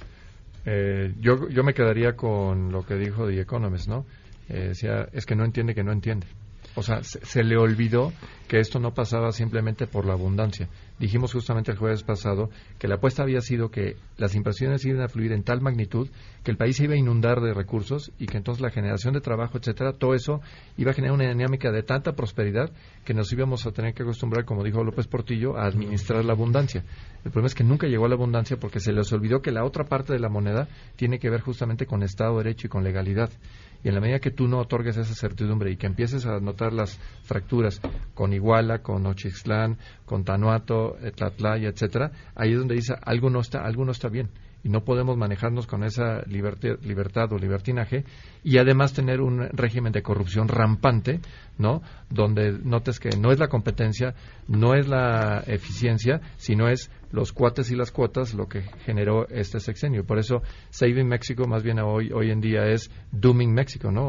Yo me quedaría con lo que dijo The Economist, ¿no? Decía, es que no entiende que no entiende. O sea, se le olvidó que esto no pasaba simplemente por la abundancia. Dijimos justamente el jueves pasado que la apuesta había sido que las inversiones iban a fluir en tal magnitud que el país se iba a inundar de recursos y que entonces la generación de trabajo, etcétera, todo eso iba a generar una dinámica de tanta prosperidad que nos íbamos a tener que acostumbrar, como dijo López Portillo, a administrar la abundancia. El problema es que nunca llegó a la abundancia porque se les olvidó que la otra parte de la moneda tiene que ver justamente con Estado de Derecho y con legalidad. Y en la medida que tú no otorgues esa certidumbre y que empieces a notar las fracturas con Iguala, con Nochixtlán, con Tanuato, Tlatlaya, etcétera, ahí es donde dice algo no está bien. Y no podemos manejarnos con esa libertad o libertinaje y además tener un régimen de corrupción rampante, ¿no? Donde notes que no es la competencia, no es la eficiencia, sino es los cuates y las cuotas lo que generó este sexenio. Por eso Saving Mexico más bien hoy en día es Dooming Mexico, ¿no?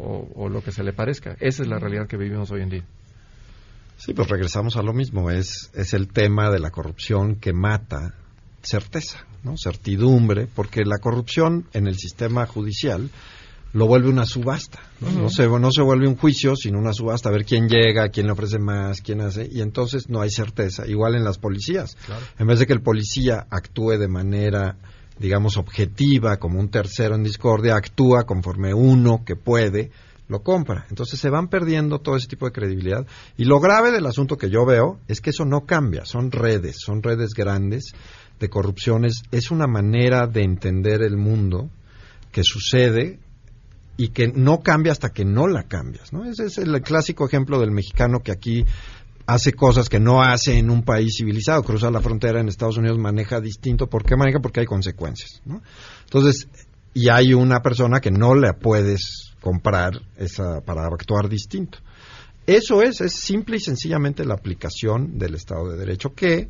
O lo que se le parezca. Esa es la realidad que vivimos hoy en día. Sí, pues regresamos a lo mismo. Es el tema de la corrupción que mata certeza, ¿no? Certidumbre, porque la corrupción en el sistema judicial lo vuelve una subasta, ¿no? Uh-huh. No se vuelve un juicio, sino una subasta, a ver quién llega, quién le ofrece más, quién hace, y entonces no hay certeza. Igual en las policías. Claro. En vez de que el policía actúe de manera, digamos, objetiva, como un tercero en discordia, actúa conforme uno que puede, lo compra. Entonces se van perdiendo todo ese tipo de credibilidad. Y lo grave del asunto que yo veo es que eso no cambia, son redes grandes de corrupción, es una manera de entender el mundo que sucede y que no cambia hasta que no la cambias, ¿no? Ese es el clásico ejemplo del mexicano que aquí hace cosas que no hace en un país civilizado, cruza la frontera en Estados Unidos, maneja distinto. ¿Por qué maneja? Porque hay consecuencias, ¿no? Entonces, y hay una persona que no la puedes comprar para actuar distinto. Eso es simple y sencillamente la aplicación del Estado de Derecho, que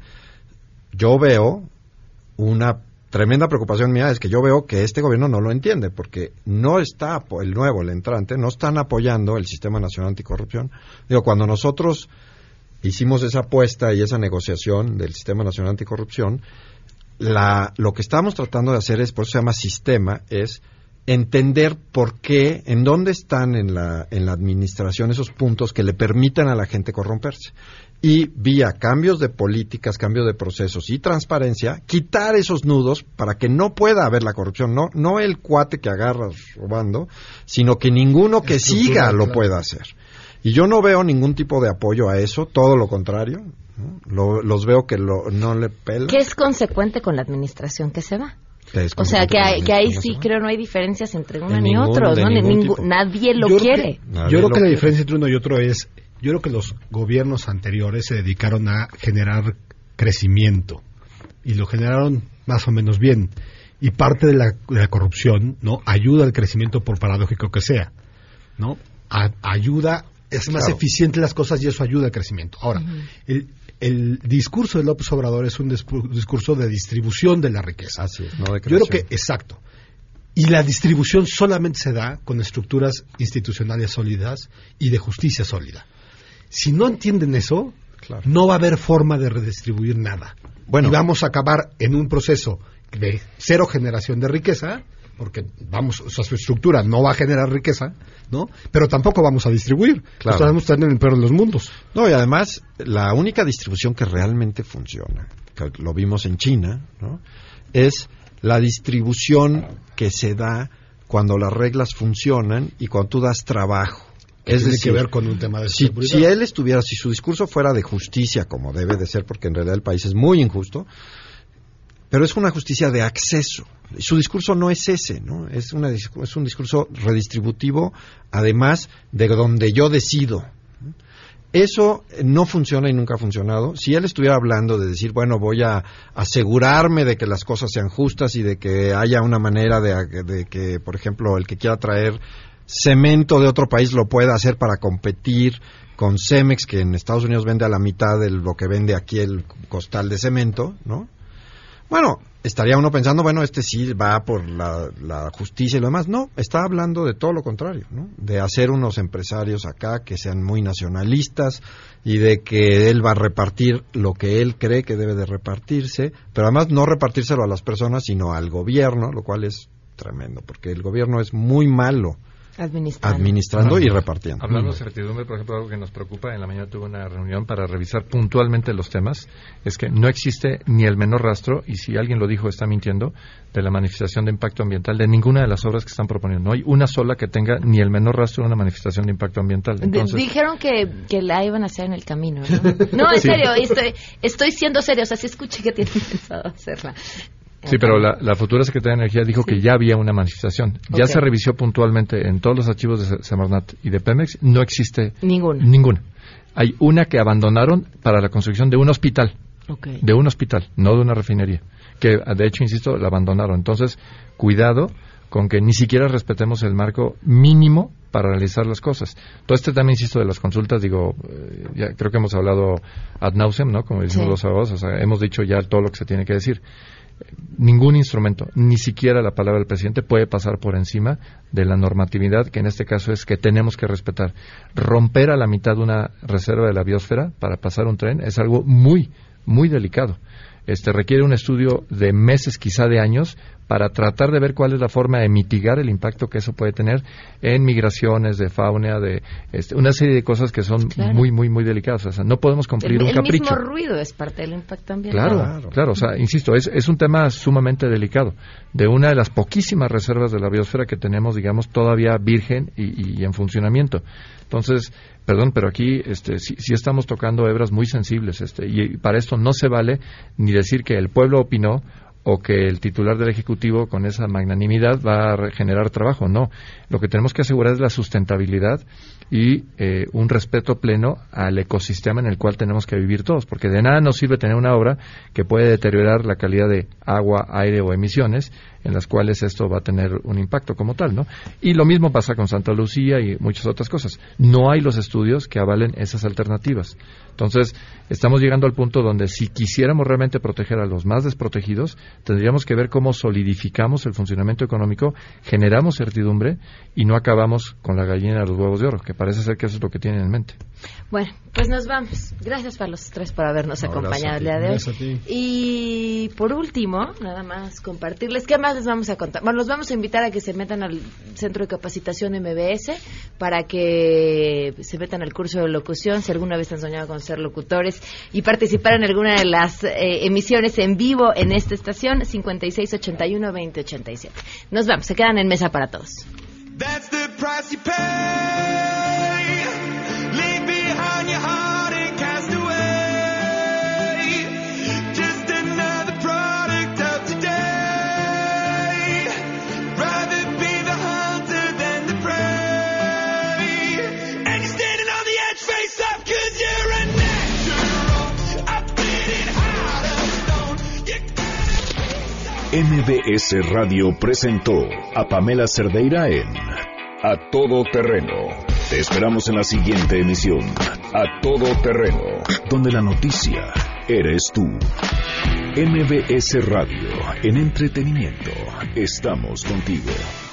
yo veo una tremenda preocupación mía, es que yo veo que este gobierno no lo entiende, porque no está, el entrante, no están apoyando el Sistema Nacional Anticorrupción. Digo, cuando nosotros hicimos esa apuesta y esa negociación del Sistema Nacional Anticorrupción, lo que estamos tratando de hacer por eso se llama sistema, es entender por qué, en dónde están en la administración esos puntos que le permitan a la gente corromperse. Y vía cambios de políticas, cambios de procesos y transparencia, quitar esos nudos para que no pueda haber la corrupción, no el cuate que agarra robando, sino que ninguno que siga lo pueda hacer. Y yo no veo ningún tipo de apoyo a eso, todo lo contrario, ¿no? Los veo que no le pelan. ¿Qué es consecuente con la administración que se va? O sea, que ahí sí creo no hay diferencias entre uno ni otro, ¿no? Nadie lo quiere. Yo creo que la diferencia entre uno y otro es, yo creo que los gobiernos anteriores se dedicaron a generar crecimiento y lo generaron más o menos bien. Y parte de la corrupción, ¿no? Ayuda al crecimiento, por paradójico que sea, ¿no? Ayuda, es más eficiente las cosas y eso ayuda al crecimiento. Ahora, el discurso de López Obrador es un discurso de distribución de la riqueza. Así es, no de creación. Yo creo que, exacto. Y la distribución solamente se da con estructuras institucionales sólidas y de justicia sólida. Si no entienden eso, no va a haber forma de redistribuir nada. Bueno, y vamos a acabar en un proceso de cero generación de riqueza, porque su estructura no va a generar riqueza, ¿no? Pero tampoco vamos a distribuir. Claro. Vamos a estar en el peor de los mundos. No, y además, la única distribución que realmente funciona, que lo vimos en China, ¿no? Es la distribución que se da cuando las reglas funcionan y cuando tú das trabajo. Es decir, que ver con un tema de seguridad. Si su discurso fuera de justicia, como debe de ser, porque en realidad el país es muy injusto, pero es una justicia de acceso. Su discurso no es ese, ¿no? Es un discurso redistributivo, además de donde yo decido. Eso no funciona y nunca ha funcionado. Si él estuviera hablando de decir, bueno, voy a asegurarme de que las cosas sean justas y de que haya una manera de que, por ejemplo, el que quiera traer cemento de otro país lo pueda hacer para competir con Cemex, que en Estados Unidos vende a la mitad de lo que vende aquí el costal de cemento, ¿no? Bueno, estaría uno pensando, bueno, sí va por la justicia y lo demás. No, está hablando de todo lo contrario, ¿no? De hacer unos empresarios acá que sean muy nacionalistas y de que él va a repartir lo que él cree que debe de repartirse, pero además no repartírselo a las personas, sino al gobierno, lo cual es tremendo, porque el gobierno es muy malo administrando y repartiendo. Hablando de certidumbre, por ejemplo, algo que nos preocupa, en la mañana tuve una reunión para revisar puntualmente los temas, es que no existe ni el menor rastro, y si alguien lo dijo está mintiendo, de la manifestación de impacto ambiental de ninguna de las obras que están proponiendo. No hay una sola que tenga ni el menor rastro de una manifestación de impacto ambiental. Entonces, dijeron que la iban a hacer en el camino, ¿no? No, en serio, estoy siendo serio, o sea, sí escuché que tienen pensado hacerla. Sí, pero la futura Secretaría de Energía dijo que ya había una manifestación. Ya se revisó puntualmente en todos los archivos de Semarnat y de Pemex. No existe ninguna. Hay una que abandonaron para la construcción de un hospital. De un hospital, no de una refinería. Que, de hecho, insisto, la abandonaron. Entonces, cuidado con que ni siquiera respetemos el marco mínimo para realizar las cosas. Todo también, insisto, de las consultas, ya creo que hemos hablado ad nauseam, ¿no? Como decimos los abogados, o sea, hemos dicho ya todo lo que se tiene que decir. Ningún instrumento, ni siquiera la palabra del presidente puede pasar por encima de la normatividad, que en este caso es que tenemos que respetar. Romper a la mitad una reserva de la biosfera para pasar un tren es algo muy, muy delicado. Requiere un estudio de meses, quizá de años, para tratar de ver cuál es la forma de mitigar el impacto que eso puede tener en migraciones, de fauna, de una serie de cosas que son muy, muy, muy delicadas. O sea, no podemos cumplir un capricho. El mismo ruido es parte del impacto ambiental. Claro. O sea, insisto, es un tema sumamente delicado. De una de las poquísimas reservas de la biosfera que tenemos, digamos, todavía virgen y en funcionamiento. Entonces, perdón, pero aquí sí estamos tocando hebras muy sensibles, y para esto no se vale ni decir que el pueblo opinó o que el titular del Ejecutivo con esa magnanimidad va a generar trabajo. No, lo que tenemos que asegurar es la sustentabilidad y un respeto pleno al ecosistema en el cual tenemos que vivir todos, porque de nada nos sirve tener una obra que puede deteriorar la calidad de agua, aire o emisiones, en las cuales esto va a tener un impacto como tal, ¿no? Y lo mismo pasa con Santa Lucía y muchas otras cosas. No hay los estudios que avalen esas alternativas. Entonces, estamos llegando al punto donde si quisiéramos realmente proteger a los más desprotegidos, tendríamos que ver cómo solidificamos el funcionamiento económico, generamos certidumbre y no acabamos con la gallina de los huevos de oro, que parece ser que eso es lo que tienen en mente. Bueno, pues nos vamos. Gracias para los tres por habernos acompañado el día de hoy. Y por último, nada más compartirles, ¿qué más les vamos a contar? Bueno, los vamos a invitar a que se metan al Centro de Capacitación MBS para que se metan al curso de locución, si alguna vez han soñado con ser locutores y participar en alguna de las emisiones en vivo en esta estación, 5681-2087. Nos vamos, se quedan en Mesa para Todos. That's the price you pay. Leave behind your heart and cast away. Just another product of today. Rather be the hunter than the prey. And you're standing on the edge, face up, 'cause you're a natural. I've been in heart of stone. MBS Radio presentó a Pamela Cerdeira en A Todo Terreno. Te esperamos en la siguiente emisión, A Todo Terreno, donde la noticia eres tú. MBS Radio, en entretenimiento, estamos contigo.